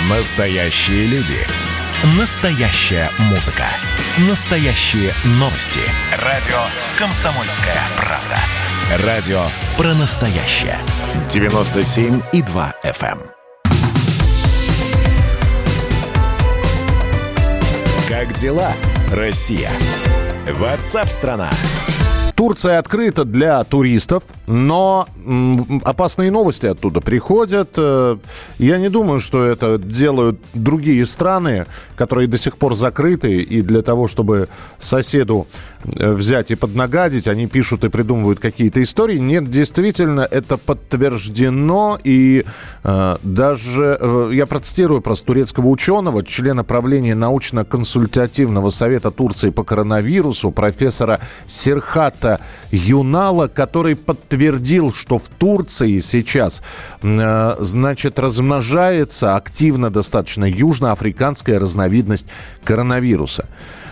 Настоящие люди. Настоящая музыка. Настоящие новости. Радио «Комсомольская правда». Радио про настоящее. 97,2 FM. Как дела, Россия? WhatsApp-страна. Турция открыта для туристов, но опасные новости оттуда приходят. Я не думаю, что это делают другие страны, которые до сих пор закрыты, и для того, чтобы соседу взять и поднагадить, они пишут и придумывают какие-то истории. Нет, действительно, это подтверждено, и даже, я процитирую просто турецкого ученого, члена правления научно-консультативного совета Турции по коронавирусу, профессора Серхата Юнала, который подтвердил, что в Турции сейчас, значит, размножается активно достаточно южноафриканская разновидность коронавируса.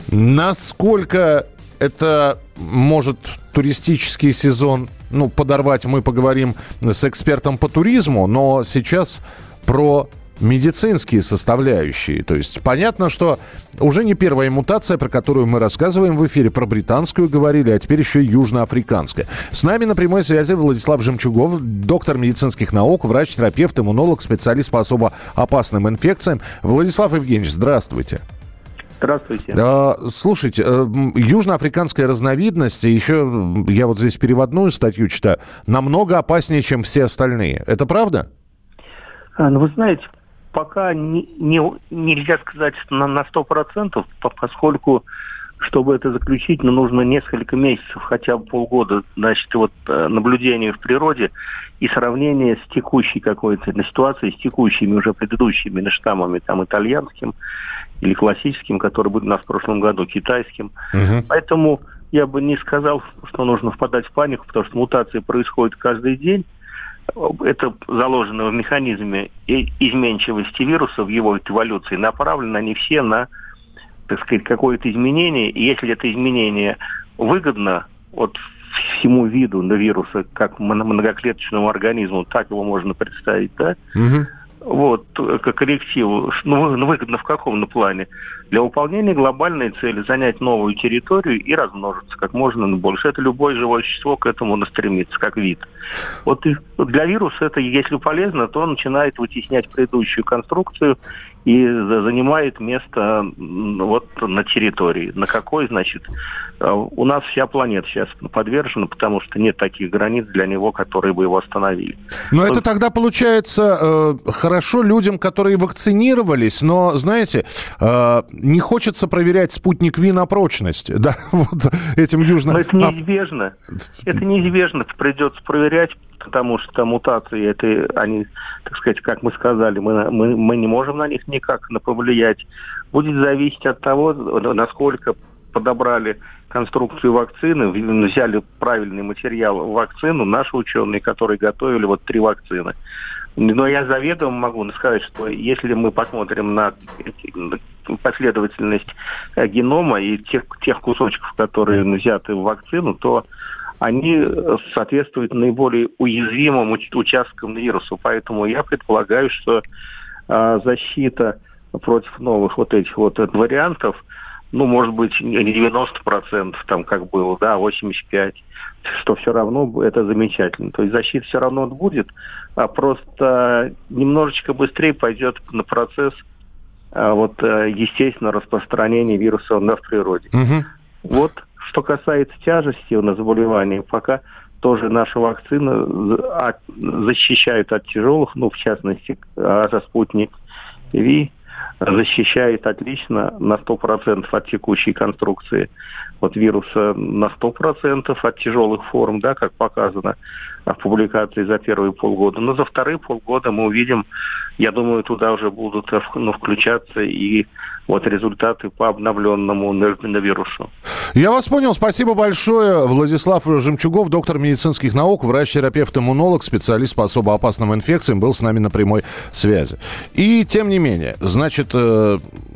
Насколько это может туристический сезон, подорвать, мы поговорим с экспертом по туризму, но сейчас про медицинские составляющие. То есть понятно, что уже не первая мутация, про которую мы рассказываем в эфире, про британскую говорили, а теперь еще и южноафриканская. С нами на прямой связи Владислав Жемчугов, доктор медицинских наук, врач-терапевт, иммунолог, специалист по особо опасным инфекциям. Владислав Евгеньевич, здравствуйте. Здравствуйте. Слушайте, южноафриканская разновидность, еще я вот здесь переводную статью читаю, намного опаснее, чем все остальные. Это правда? Вы знаете, пока нельзя сказать на 100%, поскольку, чтобы это заключить, нужно несколько месяцев, хотя бы полгода, наблюдения в природе и сравнение с текущей какой-то ситуацией, с текущими уже предыдущими штаммами, итальянским или классическим, который был у нас в прошлом году, китайским. Угу. Поэтому я бы не сказал, что нужно впадать в панику, потому что мутации происходят каждый день. Это заложено в механизме изменчивости вируса, в его эволюции. Направлены они все на, какое-то изменение. И если это изменение выгодно всему виду вируса, как многоклеточному организму, так его можно представить, да? Угу. Как коллективу. Выгодно в каком плане? Для выполнения глобальной цели занять новую территорию и размножиться как можно больше. Это любое живое существо к этому стремится, как вид. И для вируса это, если полезно, то он начинает вытеснять предыдущую конструкцию и занимает место на территории. На какой, у нас вся планета сейчас подвержена, потому что нет таких границ для него, которые бы его остановили. Но это тогда получается хорошо людям, которые вакцинировались, но, знаете, не хочется проверять спутник Ви на прочность. Да, этим южно... Но это неизбежно. Это неизбежно. Придется проверять, потому что мутации, они, как мы сказали, мы не можем на них никак повлиять. Будет зависеть от того, насколько подобрали конструкцию вакцины, взяли правильный материал в вакцину, наши ученые, которые готовили 3 вакцины. Но я заведомо могу сказать, что если мы посмотрим на последовательность генома и тех кусочков, которые взяты в вакцину, то они соответствуют наиболее уязвимым участкам вируса. Поэтому я предполагаю, что защита против новых этих вариантов, может быть, не 90%, как было, 85%, что все равно это замечательно. То есть защита все равно будет, а просто немножечко быстрее пойдет на процесс естественного распространения вируса в природе. Угу. Что касается тяжести заболевания, пока тоже наша вакцина защищает от тяжелых, в частности, спутник Ви защищает отлично на 100% от текущей конструкции вируса, на 100% от тяжелых форм, как показано в публикации за первые полгода. Но за вторые полгода мы увидим, я думаю, туда уже будут включаться и результаты по обновленному вирусу. Я вас понял. Спасибо большое. Владислав Жемчугов, доктор медицинских наук, врач-терапевт, иммунолог, специалист по особо опасным инфекциям, был с нами на прямой связи. И тем не менее,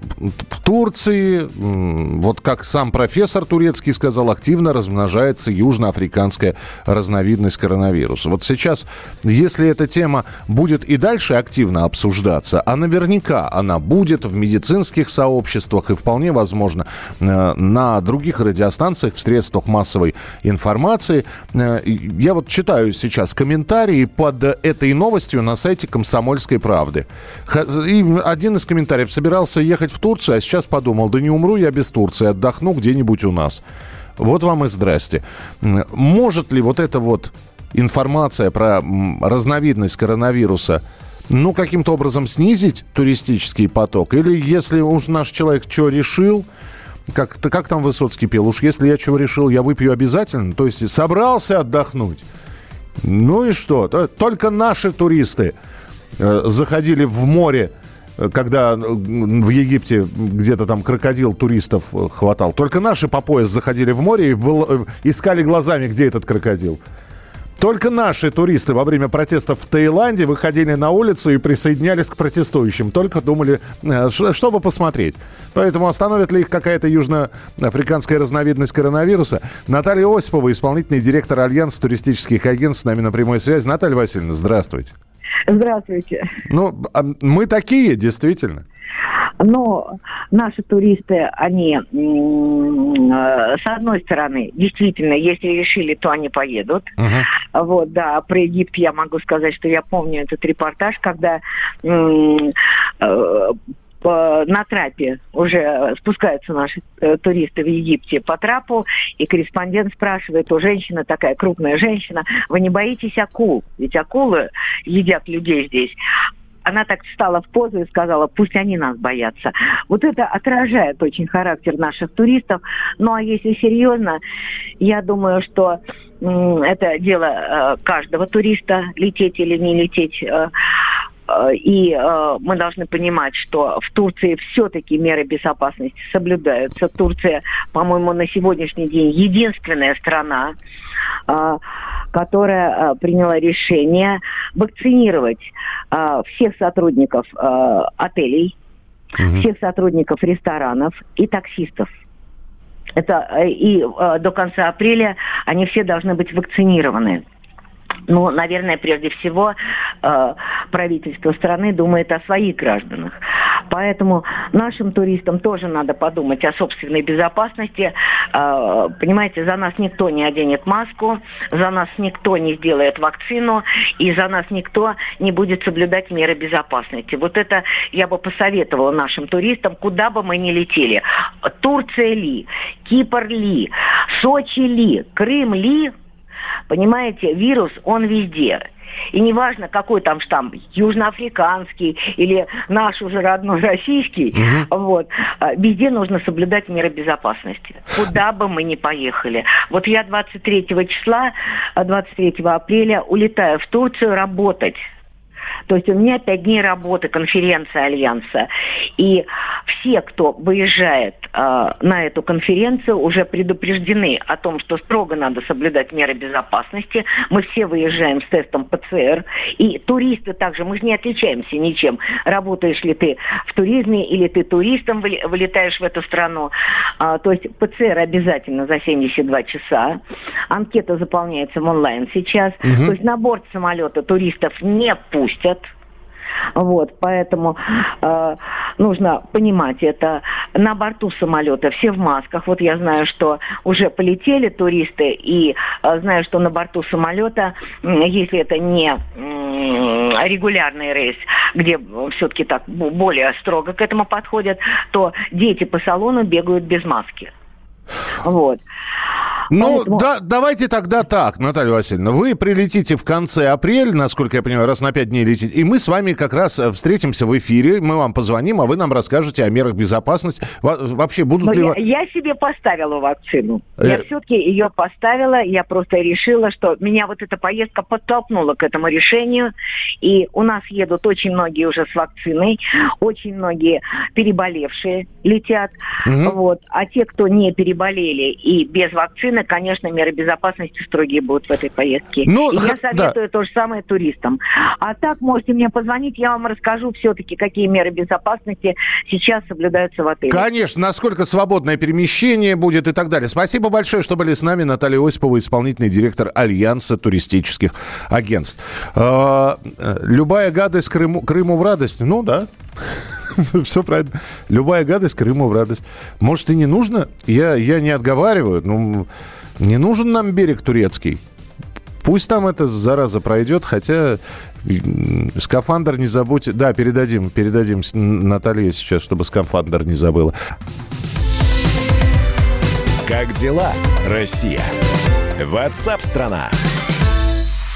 в Турции, вот как сам профессор турецкий сказал, активно размножается южноафриканская разновидность коронавируса. Вот сейчас, если эта тема будет и дальше активно обсуждаться, а наверняка она будет в медицинских сообществах и вполне возможно на других радиостанциях, в средствах массовой информации. Я вот читаю сейчас комментарии под этой новостью на сайте «Комсомольской правды». И один из комментариев: собирался ехать в Турцию, а сейчас подумал, да не умру я без Турции, отдохну где-нибудь у нас. Вот вам и здрасте. Может ли вот эта вот информация про разновидность коронавируса, ну, каким-то образом снизить туристический поток? Или если уж наш человек что решил, как там Высоцкий пел, уж если я чего решил, я выпью обязательно, то есть собрался отдохнуть. Ну и что? Только наши туристы заходили в море, когда в Египте где-то там крокодил туристов хватал. Только наши по пояс заходили в море и искали глазами, где этот крокодил. Только наши туристы во время протестов в Таиланде выходили на улицу и присоединялись к протестующим. Только думали, чтобы посмотреть. Поэтому остановит ли их какая-то южноафриканская разновидность коронавируса? Наталья Осипова, исполнительный директор Альянса туристических агентств, с нами на прямой связи. Наталья Васильевна, здравствуйте. Здравствуйте. Ну, мы такие, действительно. Но наши туристы, они, с одной стороны, действительно, если решили, то они поедут. Uh-huh. Вот, да, про Египет я могу сказать, что я помню этот репортаж, когда на трапе уже спускаются наши туристы в Египте по трапу, и корреспондент спрашивает у женщины, такая крупная женщина: вы не боитесь акул? Ведь акулы едят людей здесь. Она так встала в позу и сказала: пусть они нас боятся. Вот это отражает очень характер наших туристов. Ну, а если серьезно, я думаю, что это дело каждого туриста, лететь или не лететь. И мы должны понимать, что в Турции все-таки меры безопасности соблюдаются. Турция, по-моему, на сегодняшний день единственная страна, которая приняла решение вакцинировать всех сотрудников отелей, всех сотрудников ресторанов и таксистов. И до конца апреля они все должны быть вакцинированы. Ну, наверное, прежде всего правительство страны думает о своих гражданах. Поэтому нашим туристам тоже надо подумать о собственной безопасности. Понимаете, за нас никто не оденет маску, за нас никто не сделает вакцину, и за нас никто не будет соблюдать меры безопасности. Вот это я бы посоветовала нашим туристам, куда бы мы ни летели. Турция ли, Кипр ли, Сочи ли, Крым ли, понимаете, вирус, он везде. И неважно, какой там штамм, южноафриканский или наш уже родной российский, вот, везде нужно соблюдать меры безопасности. Куда бы мы ни поехали. Вот я 23 апреля улетаю в Турцию работать. То есть у меня 5 дней работы, конференция Альянса. И все, кто выезжает на эту конференцию, уже предупреждены о том, что строго надо соблюдать меры безопасности. Мы все выезжаем с тестом ПЦР. И туристы также, мы же не отличаемся ничем. Работаешь ли ты в туризме или ты туристом вылетаешь в эту страну. То есть ПЦР обязательно за 72 часа. Анкета заполняется в онлайн сейчас. То есть на борт самолета туристов не пустят. Вот, поэтому нужно понимать это. На борту самолета все в масках. Вот я знаю, что уже полетели туристы, и знаю, что на борту самолета, если это не регулярный рейс, где все-таки так более строго к этому подходят, то дети по салону бегают без маски. Вот. Ну, поэтому... да, давайте тогда так, Наталья Васильевна. Вы прилетите в конце апреля, насколько я понимаю, раз на 5 дней летите, и мы с вами как раз встретимся в эфире, мы вам позвоним, а вы нам расскажете о мерах безопасности. Вообще, будут ли... Я себе поставила вакцину. Я все-таки ее поставила, я просто решила, что меня вот эта поездка подтолкнула к этому решению, и у нас едут очень многие уже с вакциной, очень многие переболевшие летят, вот, а те, кто не переболели и без вакцины, Украины, конечно, меры безопасности строгие будут в этой поездке. Ну, и я советую то же самое туристам. А так, можете мне позвонить, я вам расскажу все-таки, какие меры безопасности сейчас соблюдаются в отеле. Конечно, насколько свободное перемещение будет и так далее. Спасибо большое, что были с нами. Наталья Осипова, исполнительный директор Альянса туристических агентств. Любая гадость Крыму в радость. Ну да. Все правильно. Любая гадость Крыму в радость. Может, и не нужно? Я не отговариваю. Ну, не нужен нам берег турецкий. Пусть там эта зараза пройдет, хотя скафандр не забудьте. Да, передадим Наталье сейчас, чтобы скафандр не забыла. Как дела, Россия? WhatsApp-страна.